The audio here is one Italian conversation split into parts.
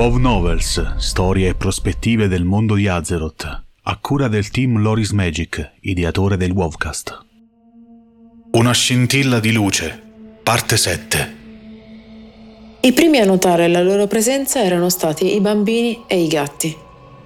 WoW Novels, storie e prospettive del mondo di Azeroth, a cura del team Loris Magic, ideatore del WoWcast. Una scintilla di luce, parte 7. I primi a notare la loro presenza erano stati i bambini e i gatti.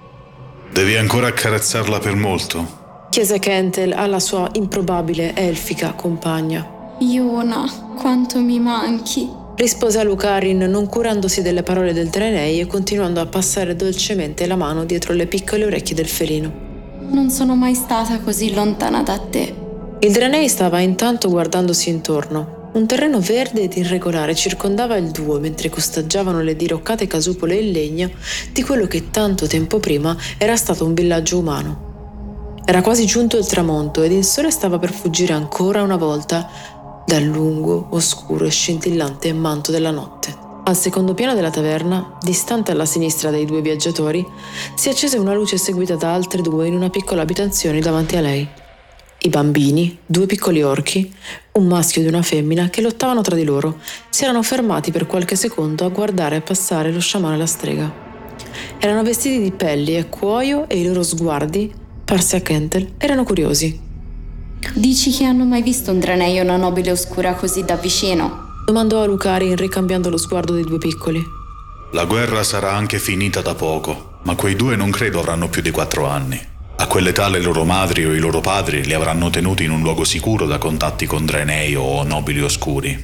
Devi ancora accarezzarla per molto? Chiese Kentel alla sua improbabile elfica compagna. Yuna, quanto mi manchi. Rispose Alucarin, non curandosi delle parole del Draenei e continuando a passare dolcemente la mano dietro le piccole orecchie del felino. Non sono mai stata così lontana da te. Il Draenei stava intanto guardandosi intorno. Un terreno verde ed irregolare circondava il duo mentre costeggiavano le diroccate casupole in legno di quello che tanto tempo prima era stato un villaggio umano. Era quasi giunto il tramonto ed il sole stava per fuggire ancora una volta dal lungo, oscuro e scintillante manto della notte. Al secondo piano della taverna, distante alla sinistra dei due viaggiatori, si accese una luce seguita da altre due in una piccola abitazione davanti a lei. I bambini, due piccoli orchi, un maschio ed una femmina che lottavano tra di loro, si erano fermati per qualche secondo a guardare passare lo sciamano e la strega. Erano vestiti di pelli e cuoio e i loro sguardi, parsi a Kentel, erano curiosi. Dici che hanno mai visto un Draenei o una nobile oscura così da vicino? Domandò Alucarin ricambiando lo sguardo dei due piccoli. La guerra sarà anche finita da poco, ma quei due non credo avranno più di 4 anni. A quell'età le loro madri o i loro padri li avranno tenuti in un luogo sicuro da contatti con Draenei o nobili oscuri.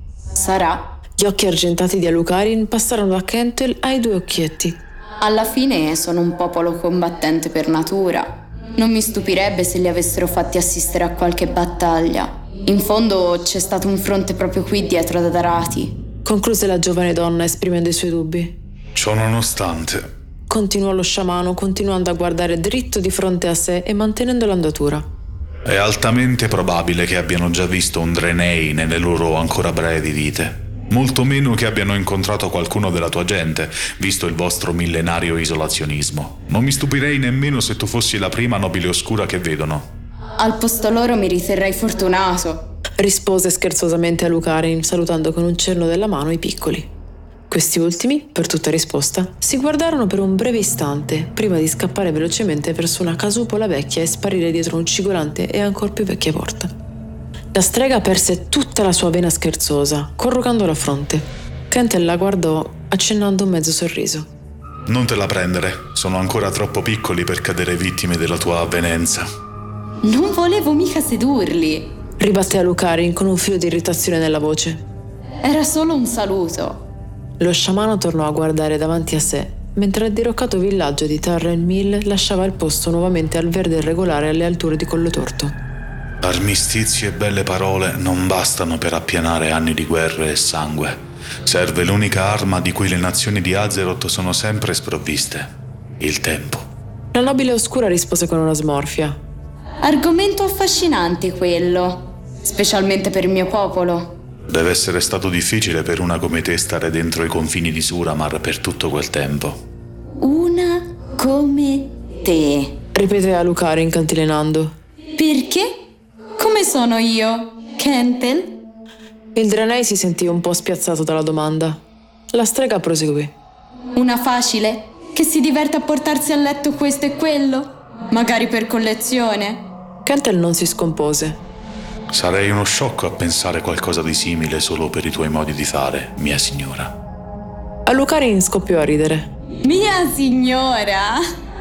Sarà. Gli occhi argentati di Alucarin passarono da Kentel ai due occhietti. Alla fine sono un popolo combattente per natura. Non mi stupirebbe se li avessero fatti assistere a qualche battaglia. In fondo c'è stato un fronte proprio qui dietro ad Adarati. Concluse la giovane donna esprimendo i suoi dubbi. Ciò nonostante, continuò lo sciamano, continuando a guardare dritto di fronte a sé e mantenendo l'andatura. è altamente probabile che abbiano già visto un Draenei nelle loro ancora brevi vite. Molto meno che abbiano incontrato qualcuno della tua gente, visto il vostro millenario isolazionismo. Non mi stupirei nemmeno se tu fossi la prima nobile oscura che vedono. Al posto loro mi riterrei fortunato, rispose scherzosamente Alucarin, salutando con un cenno della mano i piccoli. Questi ultimi, per tutta risposta, si guardarono per un breve istante, prima di scappare velocemente verso una casupola vecchia e sparire dietro un cigolante e ancor più vecchia porta. La strega perse tutta la sua vena scherzosa, corrugando la fronte. Kentel la guardò, accennando un mezzo sorriso. Non te la prendere, sono ancora troppo piccoli per cadere vittime della tua avvenenza. Non volevo mica sedurli. Ribatté Alucarin con un filo di irritazione nella voce. Era solo un saluto. Lo sciamano tornò a guardare davanti a sé, mentre il diroccato villaggio di Tarren Mill lasciava il posto nuovamente al verde irregolare alle alture di Collotorto. Armistizi e belle parole non bastano per appianare anni di guerre e sangue. Serve l'unica arma di cui le nazioni di Azeroth sono sempre sprovviste: il tempo. La nobile oscura rispose con una smorfia. Argomento affascinante quello, specialmente per il mio popolo. Deve essere stato difficile per una come te stare dentro i confini di Suramar per tutto quel tempo. Una come te, ripeté Alucarin cantilenando. Perché? Come sono io, Kentel? Il Draenei si sentì un po' spiazzato dalla domanda. La strega proseguì. Una facile, che si diverte a portarsi a letto questo e quello? Magari per collezione? Kentel non si scompose. Sarei uno sciocco a pensare qualcosa di simile solo per i tuoi modi di fare, mia signora. Alucarin scoppiò a ridere. Mia signora!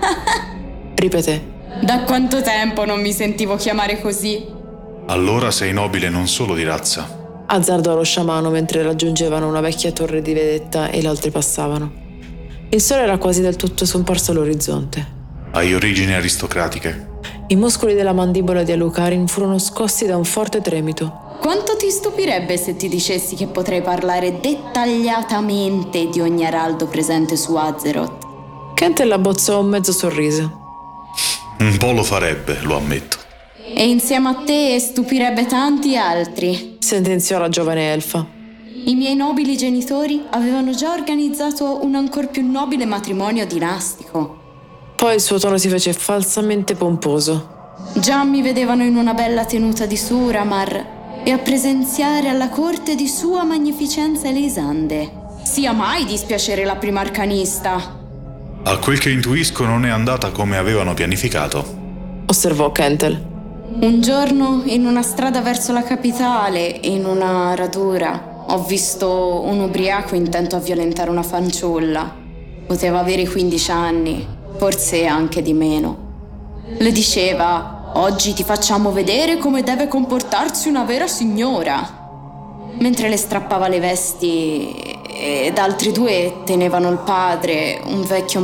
Ripeté. Da quanto tempo non mi sentivo chiamare così? Allora sei nobile non solo di razza. Azzardò lo sciamano mentre raggiungevano una vecchia torre di vedetta e le altre passavano. Il sole era quasi del tutto scomparso all'orizzonte. Hai origini aristocratiche. I muscoli della mandibola di Alucarin furono scossi da un forte tremito. Quanto ti stupirebbe se ti dicessi che potrei parlare dettagliatamente di ogni araldo presente su Azeroth? Kentel abbozzò un mezzo sorriso. Un po' lo farebbe, lo ammetto. E insieme a te stupirebbe tanti altri, sentenziò la giovane elfa. I miei nobili genitori avevano già organizzato un ancor più nobile matrimonio dinastico. Poi il suo tono si fece falsamente pomposo. Già mi vedevano in una bella tenuta di Suramar e a presenziare alla corte di Sua Magnificenza Elisande. sia mai dispiacere la prima arcanista. A quel che intuisco non è andata come avevano pianificato. Osservò Kentel. Un giorno, in una strada verso la capitale, in una radura, ho visto un ubriaco intento a violentare una fanciulla. Poteva avere 15 anni, forse anche di meno. Le diceva: «Oggi ti facciamo vedere come deve comportarsi una vera signora». Mentre le strappava le vesti ed altri due tenevano il padre, un vecchio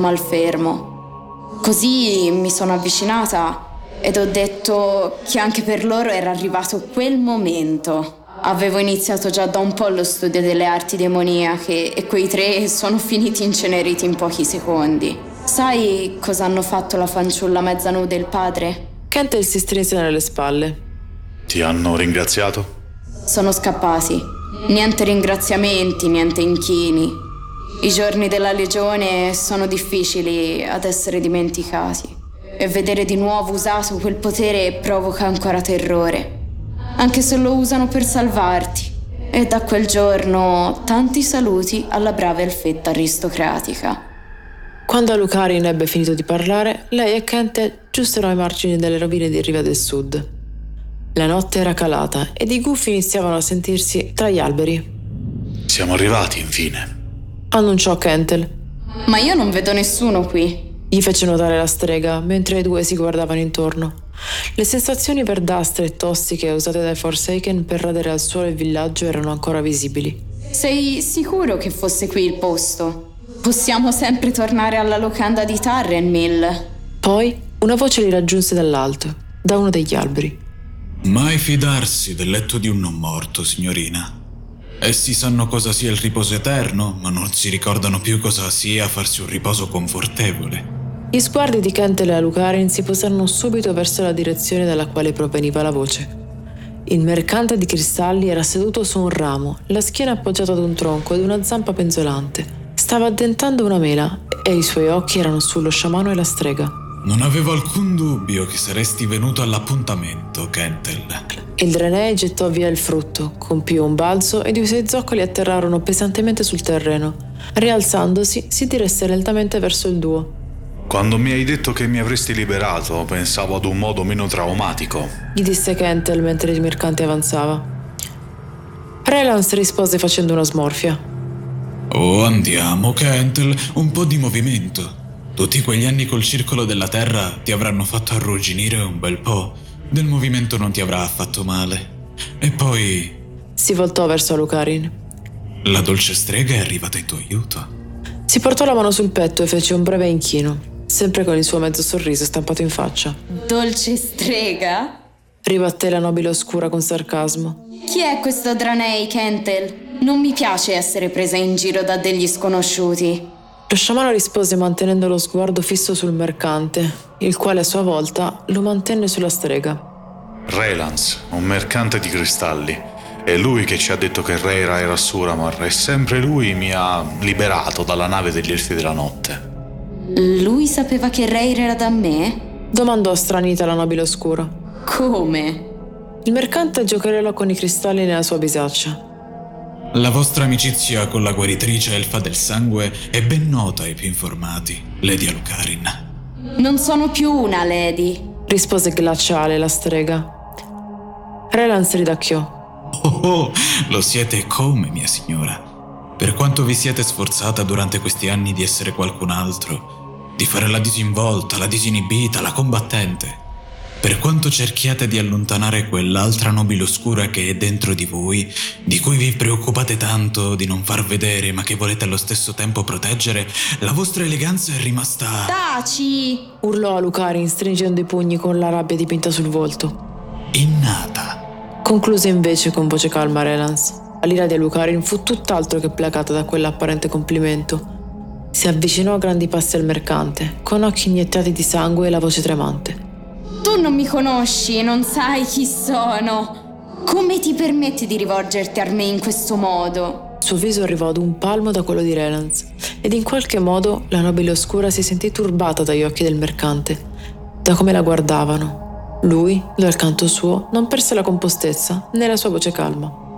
malfermo. Così mi sono avvicinata ed ho detto che anche per loro era arrivato quel momento. Avevo iniziato già da un po' lo studio delle arti demoniache e quei 3 sono finiti inceneriti in pochi secondi. Sai cosa hanno fatto la fanciulla mezza nuda e il padre? Kentel si strinse nelle spalle. Ti hanno ringraziato? Sono scappati. Niente ringraziamenti, niente inchini. I giorni della legione sono difficili ad essere dimenticati. E vedere di nuovo usato quel potere provoca ancora terrore. Anche se lo usano per salvarti. E da quel giorno tanti saluti alla brava elfetta aristocratica. Quando Alucarin ebbe finito di parlare, lei e Kentel giunsero ai margini delle rovine di Riva del Sud. La notte era calata ed i gufi iniziavano a sentirsi tra gli alberi. Siamo arrivati, infine. Annunciò Kentel. Ma io non vedo nessuno qui. Gli fece notare la strega mentre i due si guardavano intorno. Le sensazioni verdastre e tossiche usate dai Forsaken per radere al suolo il villaggio erano ancora visibili. Sei sicuro che fosse qui il posto? Possiamo sempre tornare alla locanda di Tarrenmill. Poi una voce li raggiunse dall'alto, da uno degli alberi. Mai fidarsi del letto di un non morto, signorina. Essi sanno cosa sia il riposo eterno, ma non si ricordano più cosa sia farsi un riposo confortevole. Gli sguardi di Kentel e Alucarin si posarono subito verso la direzione dalla quale proveniva la voce. Il mercante di cristalli era seduto su un ramo, la schiena appoggiata ad un tronco ed una zampa penzolante. Stava addentando una mela e i suoi occhi erano sullo sciamano e la strega. Non avevo alcun dubbio che saresti venuto all'appuntamento, Kentel. Il Draenei gettò via il frutto, compì un balzo ed i suoi zoccoli atterrarono pesantemente sul terreno. Rialzandosi, si diresse lentamente verso il duo. Quando mi hai detto che mi avresti liberato, pensavo ad un modo meno traumatico. Gli disse Kentel mentre il mercante avanzava. Relance rispose facendo una smorfia. Oh, andiamo, Kentel, un po' di movimento. Tutti quegli anni col circolo della terra ti avranno fatto arrugginire un bel po'. Del movimento non ti avrà affatto male. E poi... Si voltò verso Alucarin. La dolce strega è arrivata in tuo aiuto. Si portò la mano sul petto e fece un breve inchino, sempre con il suo mezzo sorriso stampato in faccia. Dolce strega? Ribatté la nobile oscura con sarcasmo. Chi è questo Draenei, Kentel? Non mi piace essere presa in giro da degli sconosciuti. Lo sciamano rispose mantenendo lo sguardo fisso sul mercante, il quale a sua volta lo mantenne sulla strega. Relance, un mercante di cristalli. È lui che ci ha detto che Rhaera era Suramar e sempre lui mi ha liberato dalla nave degli Elfi della Notte. Lui sapeva che Rhaera era da me? Domandò stranita la nobile oscura. Come? Il mercante giocherellò con i cristalli nella sua bisaccia. La vostra amicizia con la guaritrice elfa del sangue è ben nota ai più informati, Lady Alucarin. Non sono più una lady, rispose glaciale la strega. Relance ridacchiò. Oh, lo siete come, mia signora. Per quanto vi siete sforzata durante questi anni di essere qualcun altro, di fare la disinvolta, la disinibita, la combattente, per quanto cerchiate di allontanare quell'altra nobile oscura che è dentro di voi, di cui vi preoccupate tanto di non far vedere ma che volete allo stesso tempo proteggere, la vostra eleganza è rimasta... Taci! Urlò Alucarin stringendo i pugni con la rabbia dipinta sul volto. Innata. Concluse invece con voce calma Relance. L'ira di Alucarin fu tutt'altro che placata da quell'apparente complimento. Si avvicinò a grandi passi al mercante, con occhi iniettati di sangue e la voce tremante. Tu non mi conosci, non sai chi sono. Come ti permetti di rivolgerti a me in questo modo? Il suo viso arrivò ad un palmo da quello di Relance, ed in qualche modo la nobile oscura si sentì turbata dagli occhi del mercante, da come la guardavano. Lui, dal canto suo, non perse la compostezza né la sua voce calma.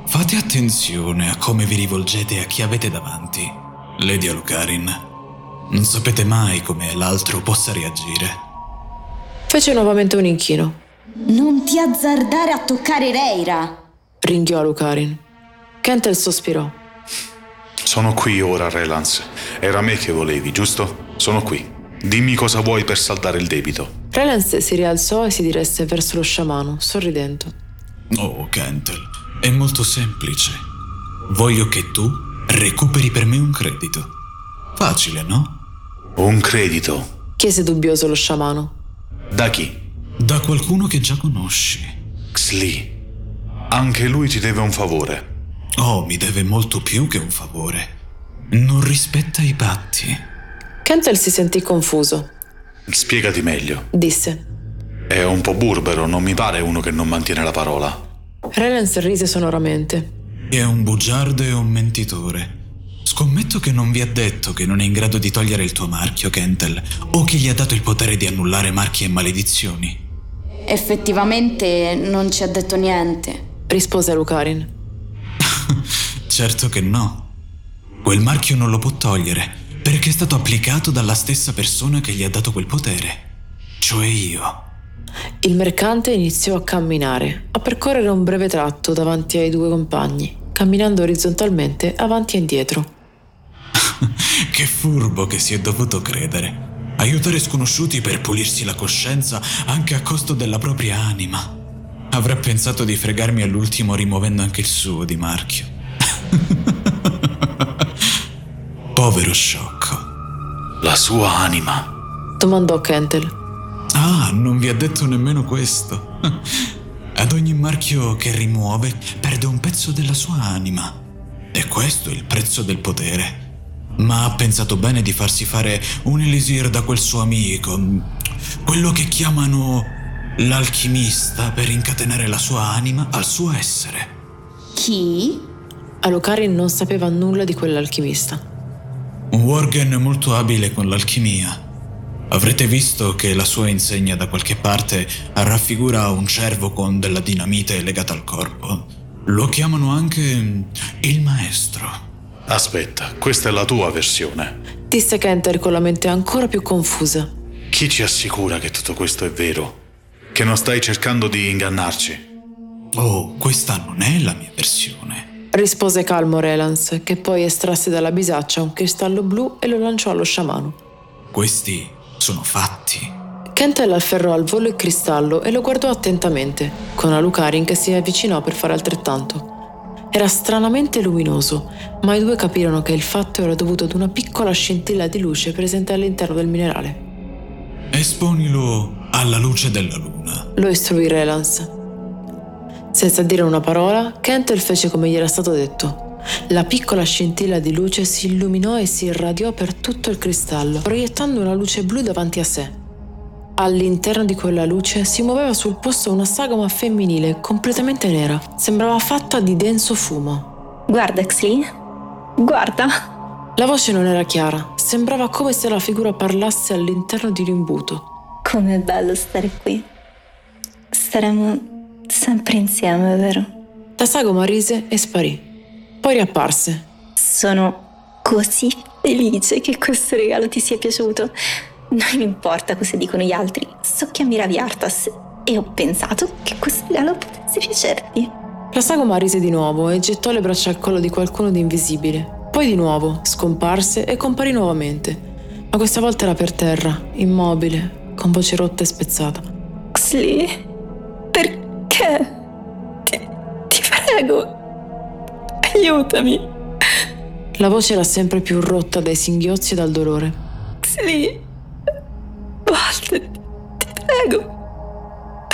Fate attenzione a come vi rivolgete a chi avete davanti, Lady Alucarin. Non sapete mai come l'altro possa reagire. Fece nuovamente un inchino. Non ti azzardare a toccare Rhaeira, Ringhiò Alucarin. Kentel sospirò. Sono qui ora, Relance. Era me che volevi, giusto? Sono qui. Dimmi cosa vuoi per saldare il debito. Relance si rialzò e si diresse verso lo sciamano, sorridendo. Oh, Kentel, è molto semplice. Voglio che tu recuperi per me un credito. Facile, no? Un credito? Chiese dubbioso lo sciamano. Da chi? Da qualcuno che già conosci. Xli. Anche lui ti deve un favore. Oh, mi deve molto più che un favore. Non rispetta i patti. Kentel si sentì confuso. Spiegati meglio. Disse. È un po' burbero, non mi pare uno che non mantiene la parola. Relance rise sonoramente. È un bugiardo e un mentitore. Scommetto che non vi ha detto che non è in grado di togliere il tuo marchio, Kentel, o che gli ha dato il potere di annullare marchi e maledizioni. Effettivamente non ci ha detto niente, Rispose Alucarin. Certo che no. Quel marchio non lo può togliere, perché è stato applicato dalla stessa persona che gli ha dato quel potere, cioè io. Il mercante iniziò a camminare, a percorrere un breve tratto davanti ai due compagni, camminando orizzontalmente avanti e indietro. Che furbo che si è dovuto credere. Aiutare sconosciuti per pulirsi la coscienza anche a costo della propria anima. Avrà pensato di fregarmi all'ultimo rimuovendo anche il suo di marchio. Povero sciocco. La sua anima. Domandò Kentel. Ah, non vi ha detto nemmeno questo. Ad ogni marchio che rimuove perde un pezzo della sua anima. E questo è il prezzo del potere. Ma ha pensato bene di farsi fare un elisir da quel suo amico, quello che chiamano l'alchimista, per incatenare la sua anima al suo essere. Chi? Alucarin non sapeva nulla di quell'alchimista. Un worgen molto abile con l'alchimia. Avrete visto che la sua insegna da qualche parte raffigura un cervo con della dinamite legata al corpo. Lo chiamano anche il maestro. Aspetta, questa è la tua versione. Disse Kentel con la mente ancora più confusa. Chi ci assicura che tutto questo è vero? Che non stai cercando di ingannarci? Oh, questa non è la mia versione. Rispose calmo Relance, che poi estrasse dalla bisaccia un cristallo blu e lo lanciò allo sciamano. Questi sono fatti. Kentel afferrò al volo il cristallo e lo guardò attentamente, con Alucarin che si avvicinò per fare altrettanto. Era stranamente luminoso, ma i due capirono che il fatto era dovuto ad una piccola scintilla di luce presente all'interno del minerale. Esponilo alla luce della luna. Lo istruì Relance. Senza dire una parola, Kentel fece come gli era stato detto. La piccola scintilla di luce si illuminò e si irradiò per tutto il cristallo, proiettando una luce blu davanti a sé. All'interno di quella luce si muoveva sul posto una sagoma femminile completamente nera. Sembrava fatta di denso fumo. Guarda, Xli. Guarda. La voce non era chiara, sembrava come se la figura parlasse all'interno di un imbuto. Com'è bello stare qui. Staremo sempre insieme, vero? La sagoma rise e sparì. Poi riapparse. Sono così felice che questo regalo ti sia piaciuto. Non mi importa cosa dicono gli altri, so che ammiravi Arthas e ho pensato che questo regalo potesse piacerti. La sagoma rise di nuovo e gettò le braccia al collo di qualcuno di invisibile. Poi di nuovo scomparse e comparì nuovamente, ma questa volta era per terra, immobile, con voce rotta e spezzata. Xli, perché? Ti prego, aiutami. La voce era sempre più rotta dai singhiozzi e dal dolore. Xli, basta, ti prego.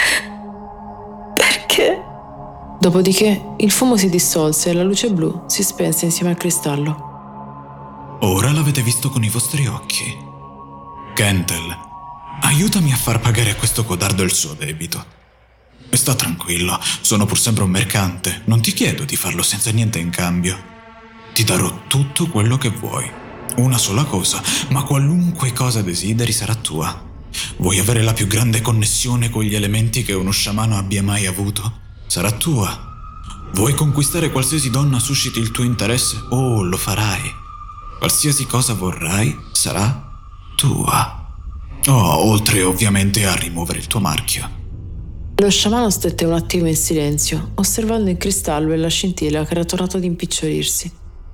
Perché? Dopodiché il fumo si dissolse e la luce blu si spense insieme al cristallo. Ora l'avete visto con i vostri occhi. Kentel, aiutami a far pagare a questo codardo il suo debito. Sta tranquillo, sono pur sempre un mercante. Non ti chiedo di farlo senza niente in cambio. Ti darò tutto quello che vuoi. Una sola cosa, ma qualunque cosa desideri sarà tua. Vuoi avere la più grande connessione con gli elementi che uno sciamano abbia mai avuto? Sarà tua. Vuoi conquistare qualsiasi donna susciti il tuo interesse? Oh, lo farai. Qualsiasi cosa vorrai sarà tua. Oh, oltre ovviamente a rimuovere il tuo marchio. Lo sciamano stette un attimo in silenzio, osservando il cristallo e la scintilla che era tornato ad impicciolirsi.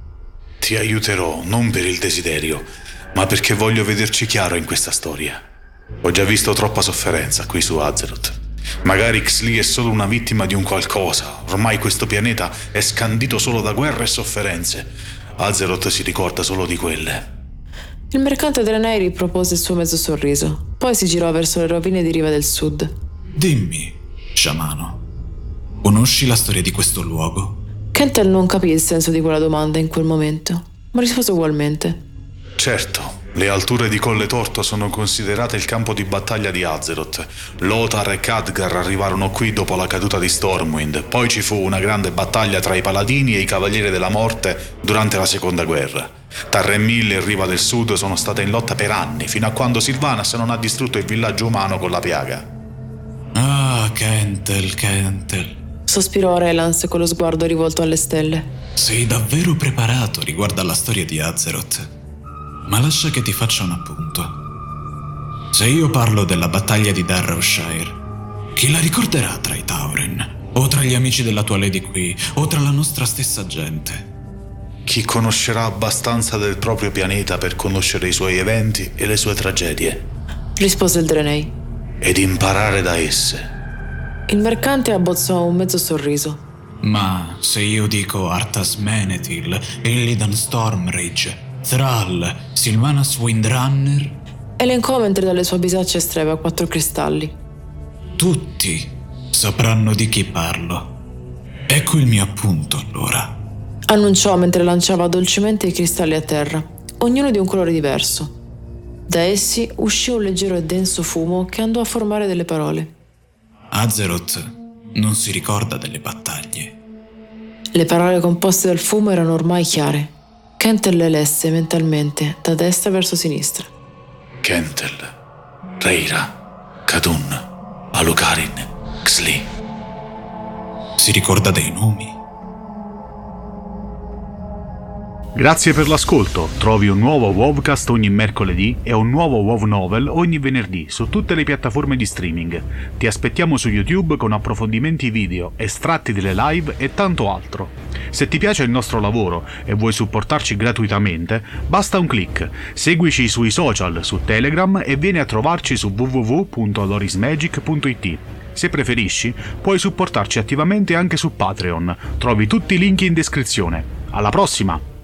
Ti aiuterò non per il desiderio, ma perché voglio vederci chiaro in questa storia. Ho già visto troppa sofferenza qui su Azeroth. Magari Xli è solo una vittima di un qualcosa. Ormai questo pianeta è scandito solo da guerre e sofferenze. Azeroth si ricorda solo di quelle. Il mercante Draenei ripropose il suo mezzo sorriso, poi si girò verso le rovine di Riva del Sud. Dimmi, sciamano, conosci la storia di questo luogo? Kentel non capì il senso di quella domanda in quel momento, ma rispose ugualmente. Certo, le alture di Colle Torto sono considerate il campo di battaglia di Azeroth. Lothar e Khadgar arrivarono qui dopo la caduta di Stormwind. Poi ci fu una grande battaglia tra i Paladini e i Cavalieri della Morte durante la Seconda Guerra. Tarrenmil e Riva del Sud sono state in lotta per anni, fino a quando Sylvanas non ha distrutto il villaggio umano con la piaga. Ah, Kentel. Sospirò Relans con lo sguardo rivolto alle stelle. Sei davvero preparato riguardo alla storia di Azeroth. Ma lascia che ti faccia un appunto. Se io parlo della battaglia di Darrowshire, chi la ricorderà tra i Tauren? O tra gli amici della tua Lady qui? O tra la nostra stessa gente? Chi conoscerà abbastanza del proprio pianeta per conoscere i suoi eventi e le sue tragedie. Rispose il Draenei. Ed imparare da esse. Il mercante abbozzò un mezzo sorriso. Ma se io dico Arthas Menethil, Illidan Stormrage, Thrall, Sylvanas Windrunner... Elencò mentre dalle sue bisacce estraeva 4 cristalli. Tutti sapranno di chi parlo. Ecco il mio appunto, allora. Annunciò mentre lanciava dolcemente i cristalli a terra, ognuno di un colore diverso. Da essi uscì un leggero e denso fumo che andò a formare delle parole. Azeroth non si ricorda delle battaglie. Le parole composte dal fumo erano ormai chiare. Kentel le lesse mentalmente da destra verso sinistra. Kentel, Rhaeira, Khadun, Alucarin, Xli. Si ricorda dei nomi. Grazie per l'ascolto. Trovi un nuovo WoWcast ogni mercoledì e un nuovo WoW Novel ogni venerdì su tutte le piattaforme di streaming. Ti aspettiamo su YouTube con approfondimenti video, estratti delle live e tanto altro. Se ti piace il nostro lavoro e vuoi supportarci gratuitamente, basta un click. Seguici sui social, su Telegram e vieni a trovarci su www.lorismagic.it. Se preferisci, puoi supportarci attivamente anche su Patreon. Trovi tutti i link in descrizione. Alla prossima!